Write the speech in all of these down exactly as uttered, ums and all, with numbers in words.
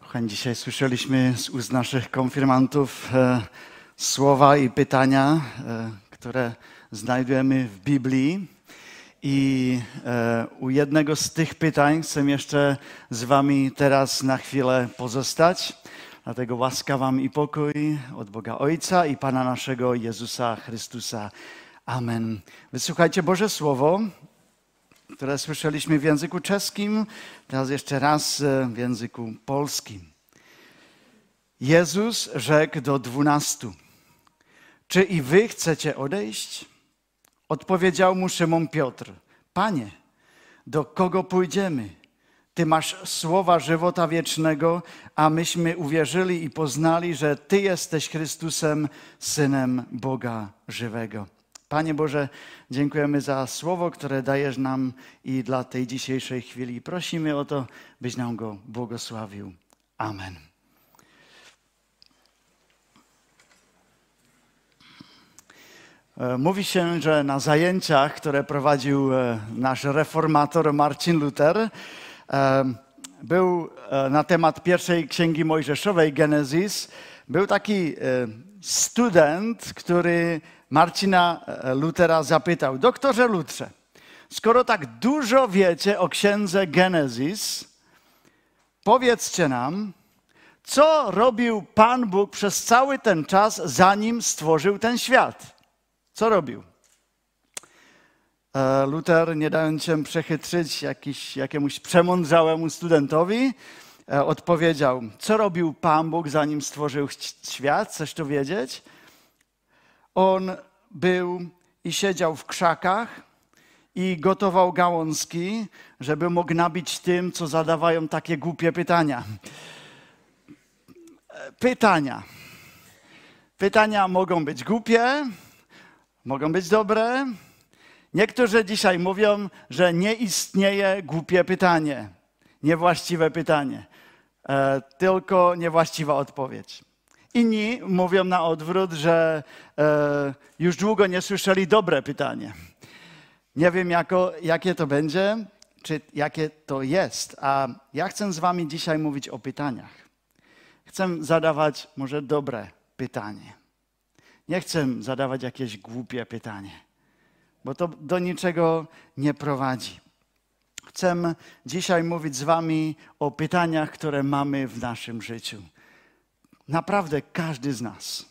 Kochani, dzisiaj słyszeliśmy z ust naszych konfirmantów e, słowa i pytania, e, które znajdujemy w Biblii. I e, u jednego z tych pytań chcę jeszcze z wami teraz na chwilę pozostać. Dlatego łaska wam i pokój od Boga Ojca i Pana naszego Jezusa Chrystusa. Amen. Wysłuchajcie Boże Słowo, które słyszeliśmy w języku czeskim, teraz jeszcze raz w języku polskim. Jezus rzekł do dwunastu: czy i wy chcecie odejść? Odpowiedział mu Szymon Piotr: Panie, do kogo pójdziemy? Ty masz słowa żywota wiecznego, a myśmy uwierzyli i poznali, że Ty jesteś Chrystusem, Synem Boga żywego. Panie Boże, dziękujemy za słowo, które dajesz nam i dla tej dzisiejszej chwili. Prosimy o to, byś nam go błogosławił. Amen. Mówi się, że na zajęciach, które prowadził nasz reformator Marcin Luther, był na temat pierwszej księgi mojżeszowej, Genesis, był taki student, który Marcina Luthera zapytał: doktorze Lutrze, skoro tak dużo wiecie o księdze Genesis, powiedzcie nam, co robił Pan Bóg przez cały ten czas, zanim stworzył ten świat? Co robił? Luther, nie dając się przechytrzyć jakiś, jakiemuś przemądrzałemu studentowi, odpowiedział: co robił Pan Bóg, zanim stworzył świat? Chcesz to wiedzieć? On był i siedział w krzakach i gotował gałązki, żeby mógł nabić tym, co zadawają takie głupie pytania. Pytania. Pytania mogą być głupie, mogą być dobre. Niektórzy dzisiaj mówią, że nie istnieje głupie pytanie, niewłaściwe pytanie, e, tylko niewłaściwa odpowiedź. Inni mówią na odwrót, że e, już długo nie słyszeli dobre pytanie. Nie wiem, jako, jakie to będzie, czy jakie to jest, a ja chcę z wami dzisiaj mówić o pytaniach. Chcę zadawać może dobre pytanie. Nie chcę zadawać jakieś głupie pytanie, bo to do niczego nie prowadzi. Chcę dzisiaj mówić z wami o pytaniach, które mamy w naszym życiu. Naprawdę każdy z nas.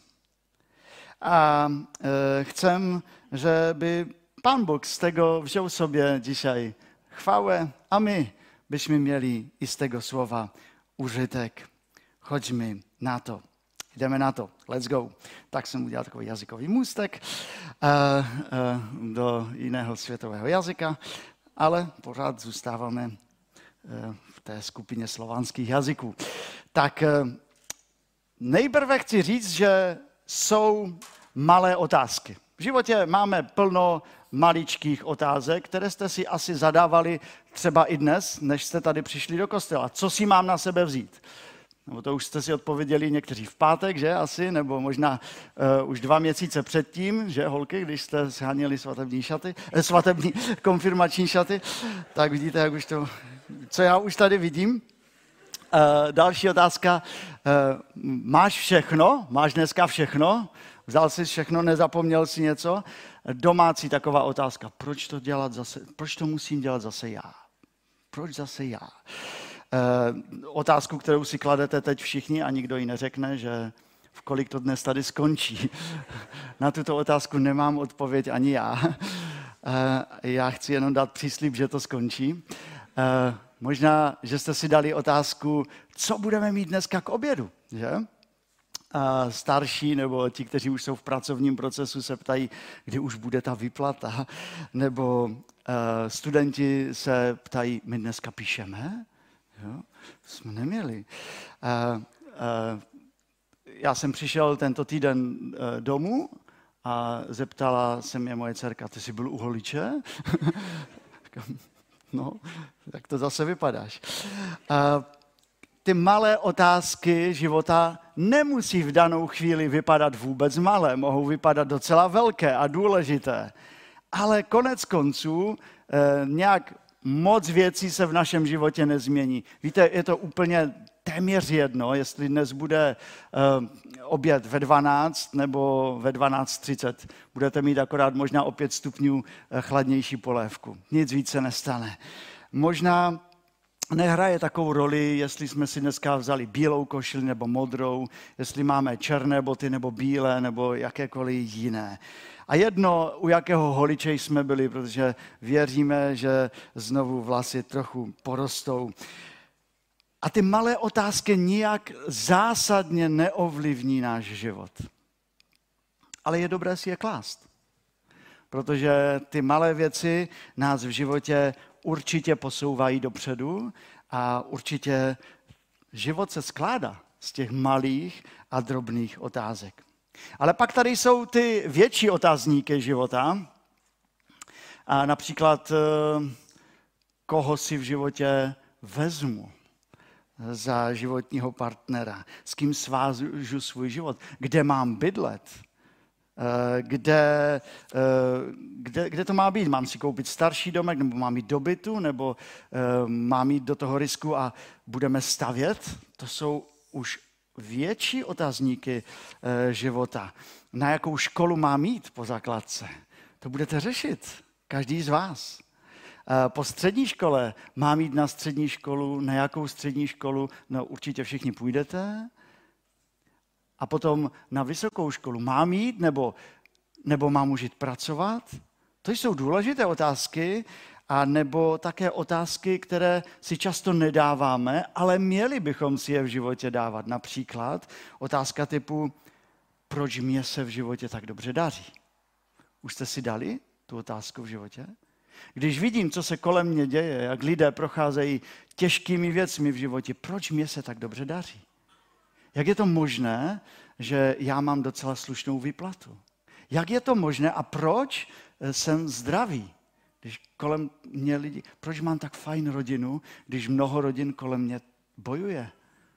A e, chcę, żeby Pan Bóg z tego wziął sobie dzisiaj chwałę, a my byśmy mieli i z tego słowa użytek. Chodźmy na to. Ideme na to. Let's go. Tak jsem udělal takový jazykový můstek e, e, do jiného světového jazyka, ale pořád zůstáváme e, v té skupině slovanských jazyků. Tak e, nejprve chci říct, že jsou malé otázky. V životě máme plno maličkých otázek, které jste si asi zadávali třeba i dnes, než jste tady přišli do kostela. Co si mám na sebe vzít? Nebo to už jste si odpověděli někteří v pátek, že asi, nebo možná uh, už dva měsíce předtím, že holky, když jste sháněli svatební šaty, eh, svatební konfirmační šaty, tak vidíte, jak už to, co já už tady vidím. Uh, další otázka, uh, máš všechno? Máš dneska všechno? Vzal jsi všechno, nezapomněl si něco? Domácí taková otázka, proč to dělat zase, proč to musím dělat zase já? Proč zase já? Uh, otázku, kterou si kladete teď všichni a nikdo ji neřekne, že v kolik to dnes tady skončí. Na tuto otázku nemám odpověď ani já. Uh, já chci jenom dát příslib, že to skončí. Uh, možná, že jste si dali otázku, co budeme mít dneska k obědu, že? Uh, starší nebo ti, kteří už jsou v pracovním procesu, se ptají, kdy už bude ta výplata. Nebo uh, studenti se ptají, my dneska píšeme? Jo, to jsme neměli. Uh, uh, já jsem přišel tento týden uh, domů a zeptala se mě moje dcerka, ty jsi byl u holiče? No, tak to zase vypadáš. Uh, ty malé otázky života nemusí v danou chvíli vypadat vůbec malé, mohou vypadat docela velké a důležité. Ale konec konců uh, nějak moc věcí se v našem životě nezmění. Víte, je to úplně téměř jedno, jestli dnes bude uh, oběd ve dvanáct nebo ve dvanáct třicet. Budete mít akorát možná o pět stupňů uh, chladnější polévku. Nic víc se nestane. Možná nehraje takovou roli, jestli jsme si dneska vzali bílou košili nebo modrou, jestli máme černé boty nebo bílé nebo jakékoliv jiné. A jedno, u jakého holiče jsme byli, protože věříme, že znovu vlasy trochu porostou. A ty malé otázky nijak zásadně neovlivní náš život. Ale je dobré si je klást, protože ty malé věci nás v životě určitě posouvají dopředu a určitě život se skládá z těch malých a drobných otázek. Ale pak tady jsou ty větší otázníky života. A například, koho si v životě vezmu za životního partnera, s kým svážu svůj život, kde mám bydlet, kde, kde, kde to má být. Mám si koupit starší domek, nebo mám jít do bytu, nebo mám jít do toho risku a budeme stavět. To jsou už větší otazníky života. Na jakou školu mám jít po základce? To budete řešit, každý z vás. Po střední škole mám jít na střední školu, na jakou střední školu? No určitě všichni půjdete. A potom na vysokou školu mám jít, nebo, nebo mám už jít pracovat? To jsou důležité otázky, a nebo také otázky, které si často nedáváme, ale měli bychom si je v životě dávat. Například otázka typu, proč mě se v životě tak dobře daří? Už jste si dali tu otázku v životě? Když vidím, co se kolem mě děje, jak lidé procházejí těžkými věcmi v životě, proč mě se tak dobře daří? Jak je to možné, že já mám docela slušnou výplatu? Jak je to možné a proč jsem zdravý? Když kolem mě lidi, proč mám tak fajn rodinu, když mnoho rodin kolem mě bojuje?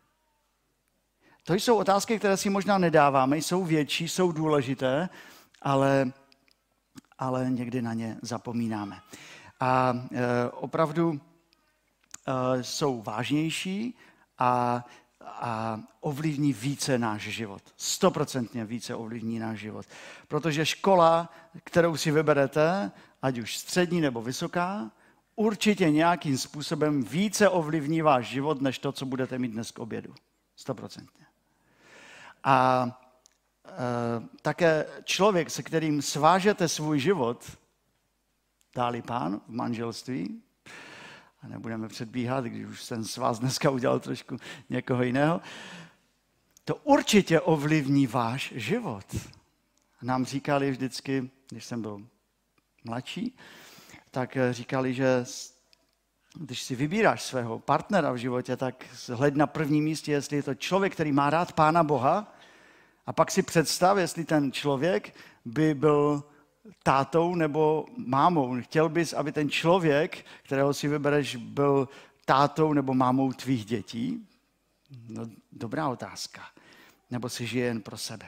To jsou otázky, které si možná nedáváme, jsou větší, jsou důležité, ale, ale někdy na ně zapomínáme. A e, opravdu e, jsou vážnější a, a ovlivní více náš život. Stoprocentně více ovlivní náš život. Protože škola, kterou si vyberete, ať už střední nebo vysoká, určitě nějakým způsobem více ovlivní váš život, než to, co budete mít dnes k obědu. Stoprocentně. A e, také člověk, se kterým svážete svůj život, dá-li Pán v manželství, a nebudeme předbíhat, když už jsem s vás dneska udělal trošku někoho jiného, to určitě ovlivní váš život. Nám říkali vždycky, když jsem byl mladší, tak říkali, že když si vybíráš svého partnera v životě, tak hleď na prvním místě, jestli je to člověk, který má rád Pána Boha, a pak si představ, jestli ten člověk by byl tátou nebo mámou. Chtěl bys, aby ten člověk, kterého si vybereš, byl tátou nebo mámou tvých dětí? No, dobrá otázka. Nebo si žije jen pro sebe.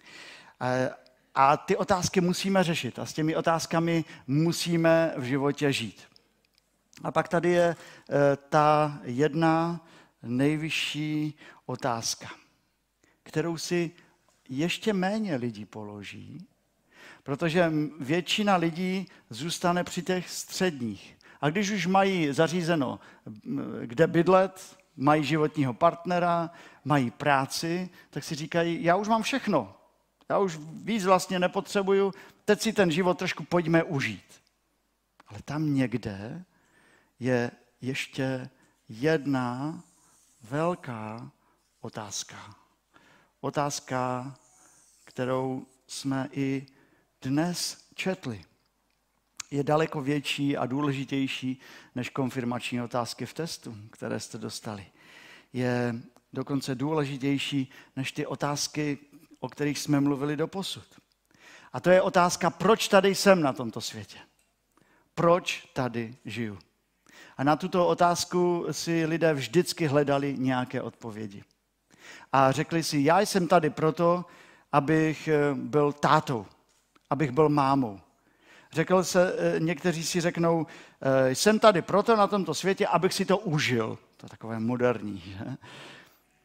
A ty otázky musíme řešit a s těmi otázkami musíme v životě žít. A pak tady je ta jedna nejvyšší otázka, kterou si ještě méně lidí položí, protože většina lidí zůstane při těch středních. A když už mají zařízeno, kde bydlet, mají životního partnera, mají práci, tak si říkají, já už mám všechno. Já už víc vlastně nepotřebuju, teď si ten život trošku pojďme užít. Ale tam někde je ještě jedna velká otázka. Otázka, kterou jsme i dnes četli. Je daleko větší a důležitější než konfirmační otázky v testu, které jste dostali. Je dokonce důležitější než ty otázky, o kterých jsme mluvili doposud. A to je otázka, proč tady jsem na tomto světě? Proč tady žiju? A na tuto otázku si lidé vždycky hledali nějaké odpovědi. A řekli si, já jsem tady proto, abych byl tátou, abych byl mámou. Řekl se, někteří si řeknou, jsem tady proto na tomto světě, abych si to užil. To je takové moderní. Že?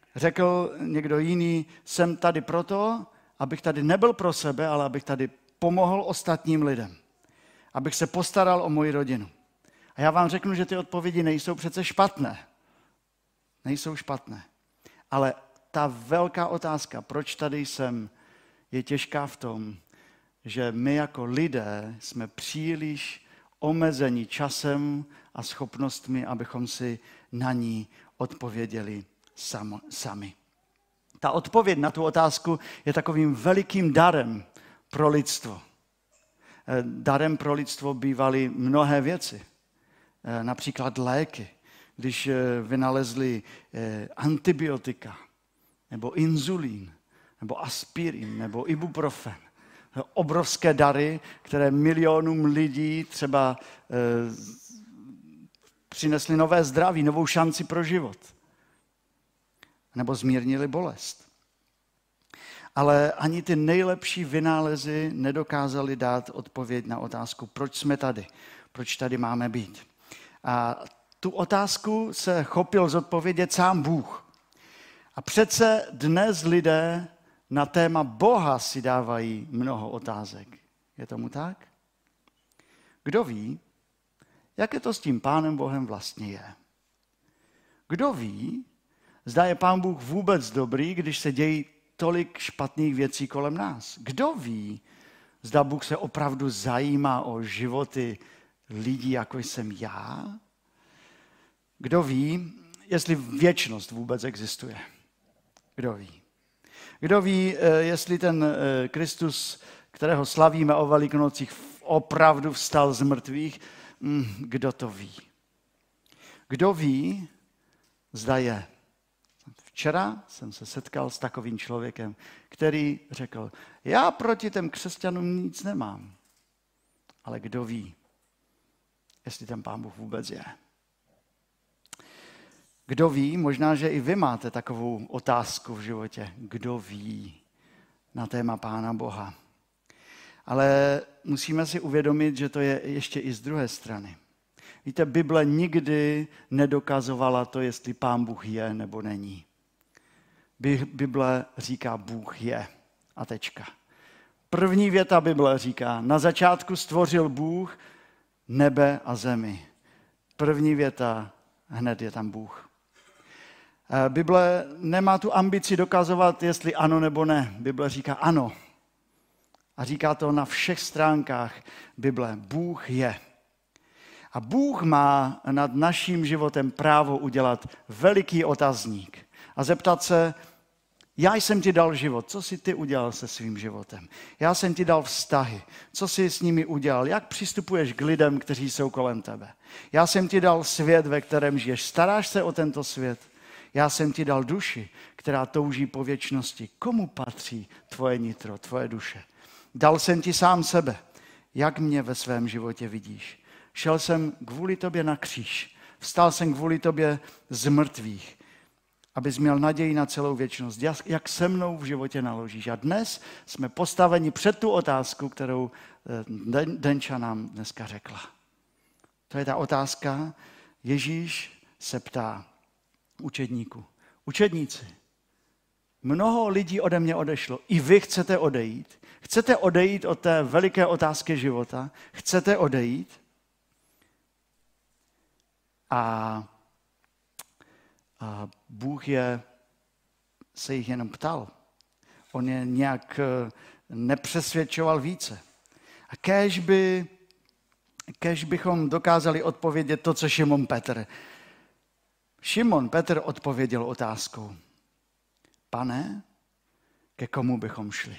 Řekl někdo jiný, jsem tady proto, abych tady nebyl pro sebe, ale abych tady pomohl ostatním lidem. Abych se postaral o moji rodinu. A já vám řeknu, že ty odpovědi nejsou přece špatné. Nejsou špatné. Ale ta velká otázka, proč tady jsem, je těžká v tom, že my jako lidé jsme příliš omezeni časem a schopnostmi, abychom si na ní odpověděli sam, sami. Ta odpověď na tu otázku je takovým velikým darem pro lidstvo. Darem pro lidstvo bývaly mnohé věci. Například léky, když vynalezli antibiotika, nebo inzulín, nebo aspirin, nebo ibuprofen. Obrovské dary, které milionům lidí třeba e, přinesly nové zdraví, novou šanci pro život. Nebo zmírnili bolest. Ale ani ty nejlepší vynálezy nedokázaly dát odpověď na otázku, proč jsme tady, proč tady máme být. A tu otázku se chopil zodpovědět sám Bůh. A přece dnes lidé na téma Boha si dávají mnoho otázek. Je tomu tak? Kdo ví, jak je to s tím Pánem Bohem vlastně je? Kdo ví, zda je Pán Bůh vůbec dobrý, když se dějí tolik špatných věcí kolem nás? Kdo ví, zda Bůh se opravdu zajímá o životy lidí, jako jsem já? Kdo ví, jestli věčnost vůbec existuje? Kdo ví? Kdo ví, jestli ten Kristus, kterého slavíme o Velikonocích, opravdu vstal z mrtvých? Kdo to ví? Kdo ví, zda je? Včera jsem se setkal s takovým člověkem, který řekl, já proti těm křesťanům nic nemám, ale kdo ví, jestli ten Pán Bůh vůbec je? Kdo ví, možná, že i vy máte takovou otázku v životě. Kdo ví na téma Pána Boha? Ale musíme si uvědomit, že to je ještě i z druhé strany. Víte, Bible nikdy nedokazovala to, jestli Pán Bůh je nebo není. Bible říká, Bůh je. A tečka. První věta Bible říká, na začátku stvořil Bůh nebe a zemi. První věta, hned je tam Bůh. Bible nemá tu ambici dokazovat, jestli ano nebo ne. Bible říká ano. A říká to na všech stránkách Bible. Bůh je. A Bůh má nad naším životem právo udělat veliký otazník a zeptat se, já jsem ti dal život, co jsi ty udělal se svým životem? Já jsem ti dal vztahy, co jsi s nimi udělal? Jak přistupuješ k lidem, kteří jsou kolem tebe? Já jsem ti dal svět, ve kterém žiješ. Staráš se o tento svět? Já jsem ti dal duši, která touží po věčnosti. Komu patří tvoje nitro, tvoje duše? Dal jsem ti sám sebe. Jak mě ve svém životě vidíš? Šel jsem kvůli tobě na kříž. Vstal jsem kvůli tobě z mrtvých, abys měl naději na celou věčnost. Jak se mnou v životě naložíš? A dnes jsme postaveni před tu otázku, kterou Denča nám dneska řekla. To je ta otázka. Ježíš se ptá učedníku. Učedníci, mnoho lidí ode mě odešlo. I vy chcete odejít? Chcete odejít od té veliké otázky života? Chcete odejít? A, a Bůh je, se jich jenom ptal. On je nějak nepřesvědčoval více. A kéž, by, kéž bychom dokázali odpovědět to, co Šimon Petr. Šimon Petr odpověděl otázkou. Pane, ke komu bychom šli?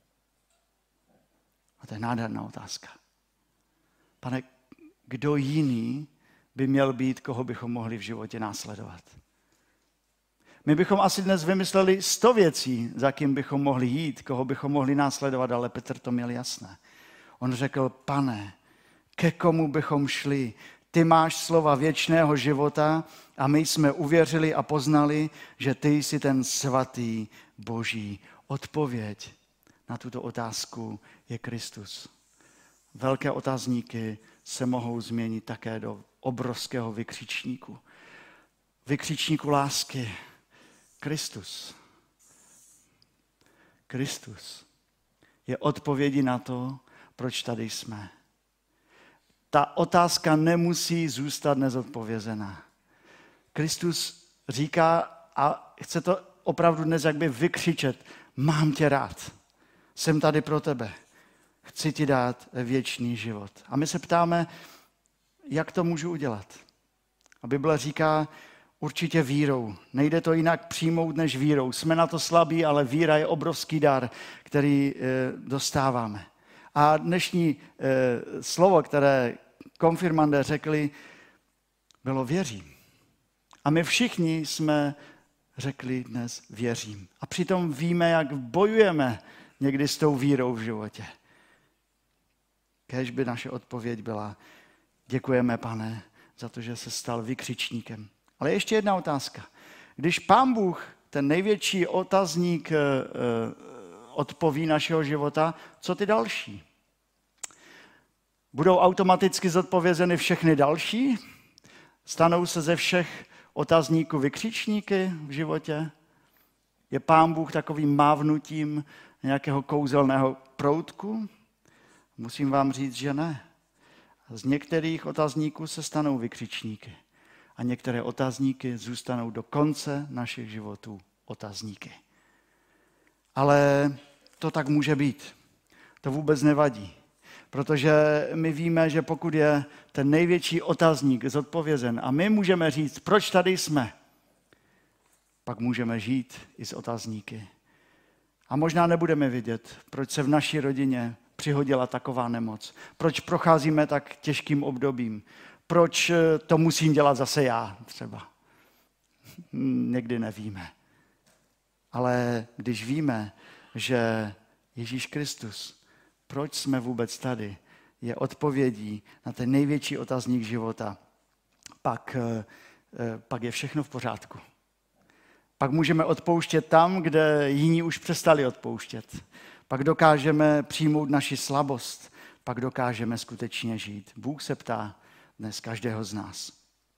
A to je nádherná otázka. Pane, kdo jiný by měl být, koho bychom mohli v životě následovat? My bychom asi dnes vymysleli sto věcí, za kým bychom mohli jít, koho bychom mohli následovat, ale Petr to měl jasné. On řekl, Pane, ke komu bychom šli? Ty máš slova věčného života a my jsme uvěřili a poznali, že ty jsi ten svatý Boží. Odpověď na tuto otázku je Kristus. Velké otazníky se mohou změnit také do obrovského vykřičníku. Vykřičníku lásky, Kristus. Kristus je odpovědí na to, proč tady jsme. Ta otázka nemusí zůstat nezodpovězená. Kristus říká, a chce to opravdu dnes jakby vykřičet, mám tě rád, jsem tady pro tebe, chci ti dát věčný život. A my se ptáme, jak to můžu udělat. A Bible říká, určitě vírou. Nejde to jinak přijmout než vírou. Jsme na to slabí, ale víra je obrovský dar, který e, dostáváme. A dnešní e, slovo, které konfirmandé řekli, bylo věřím. A my všichni jsme řekli dnes věřím. A přitom víme, jak bojujeme někdy s tou vírou v životě. Kéž by naše odpověď byla, děkujeme, Pane, za to, že se stal vykřičníkem. Ale ještě jedna otázka. Když Pán Bůh, ten největší otazník, odpoví našeho života, co ty další? Budou automaticky zodpovězeny všechny další? Stanou se ze všech otazníků vykřičníky v životě? Je Pán Bůh takovým mávnutím nějakého kouzelného proutku? Musím vám říct, že ne. Z některých otazníků se stanou vykřičníky a některé otazníky zůstanou do konce našich životů otazníky. Ale to tak může být. To vůbec nevadí. Protože my víme, že pokud je ten největší otazník zodpovězen a my můžeme říct, proč tady jsme, pak můžeme žít i s otazníky. A možná nebudeme vědět, proč se v naší rodině přihodila taková nemoc. Proč procházíme tak těžkým obdobím. Proč to musím dělat zase já třeba. Někdy nevíme. Ale když víme, že Ježíš Kristus, proč jsme vůbec tady, je odpovědí na ten největší otazník života, pak, pak je všechno v pořádku. Pak můžeme odpouštět tam, kde jiní už přestali odpouštět. Pak dokážeme přijmout naši slabost, pak dokážeme skutečně žít. Bůh se ptá dnes každého z nás.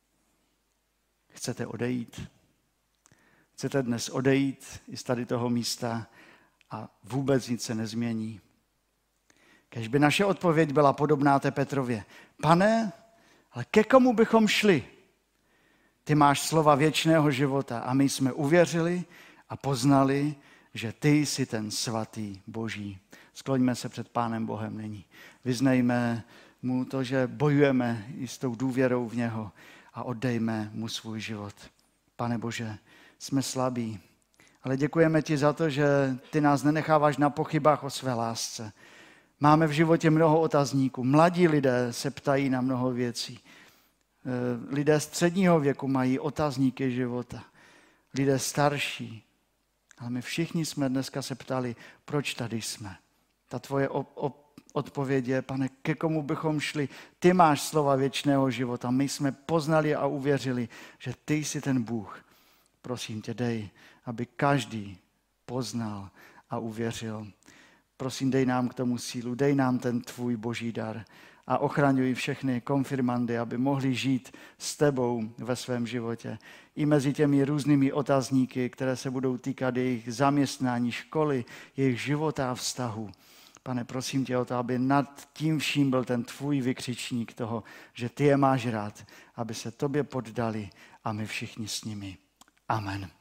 Chcete odejít? Chcete dnes odejít i z tady toho místa a vůbec nic se nezmění? Kéž by naše odpověď byla podobná té Petrově. Pane, ale ke komu bychom šli? Ty máš slova věčného života a my jsme uvěřili a poznali, že ty jsi ten svatý Boží. Skloňme se před Pánem Bohem nyní. Vyznejme mu to, že bojujeme i s tou důvěrou v něho a oddejme mu svůj život. Pane Bože, jsme slabí, ale děkujeme ti za to, že ty nás nenecháváš na pochybách o své lásce. Máme v životě mnoho otazníků. Mladí lidé se ptají na mnoho věcí. Lidé středního věku mají otazníky života. Lidé starší. Ale my všichni jsme dneska se ptali, proč tady jsme. Ta tvoje op- op- odpověď je, Pane, ke komu bychom šli? Ty máš slova věčného života. My jsme poznali a uvěřili, že ty jsi ten Bůh. Prosím tě, dej, aby každý poznal a uvěřil. Prosím, dej nám k tomu sílu, dej nám ten tvůj boží dar a ochraňuj všechny konfirmandy, aby mohli žít s tebou ve svém životě. I mezi těmi různými otazníky, které se budou týkat jejich zaměstnání, školy, jejich života a vztahu. Pane, prosím tě o to, aby nad tím vším byl ten tvůj vykřičník toho, že ty je máš rád, aby se tobě poddali a my všichni s nimi. Amen.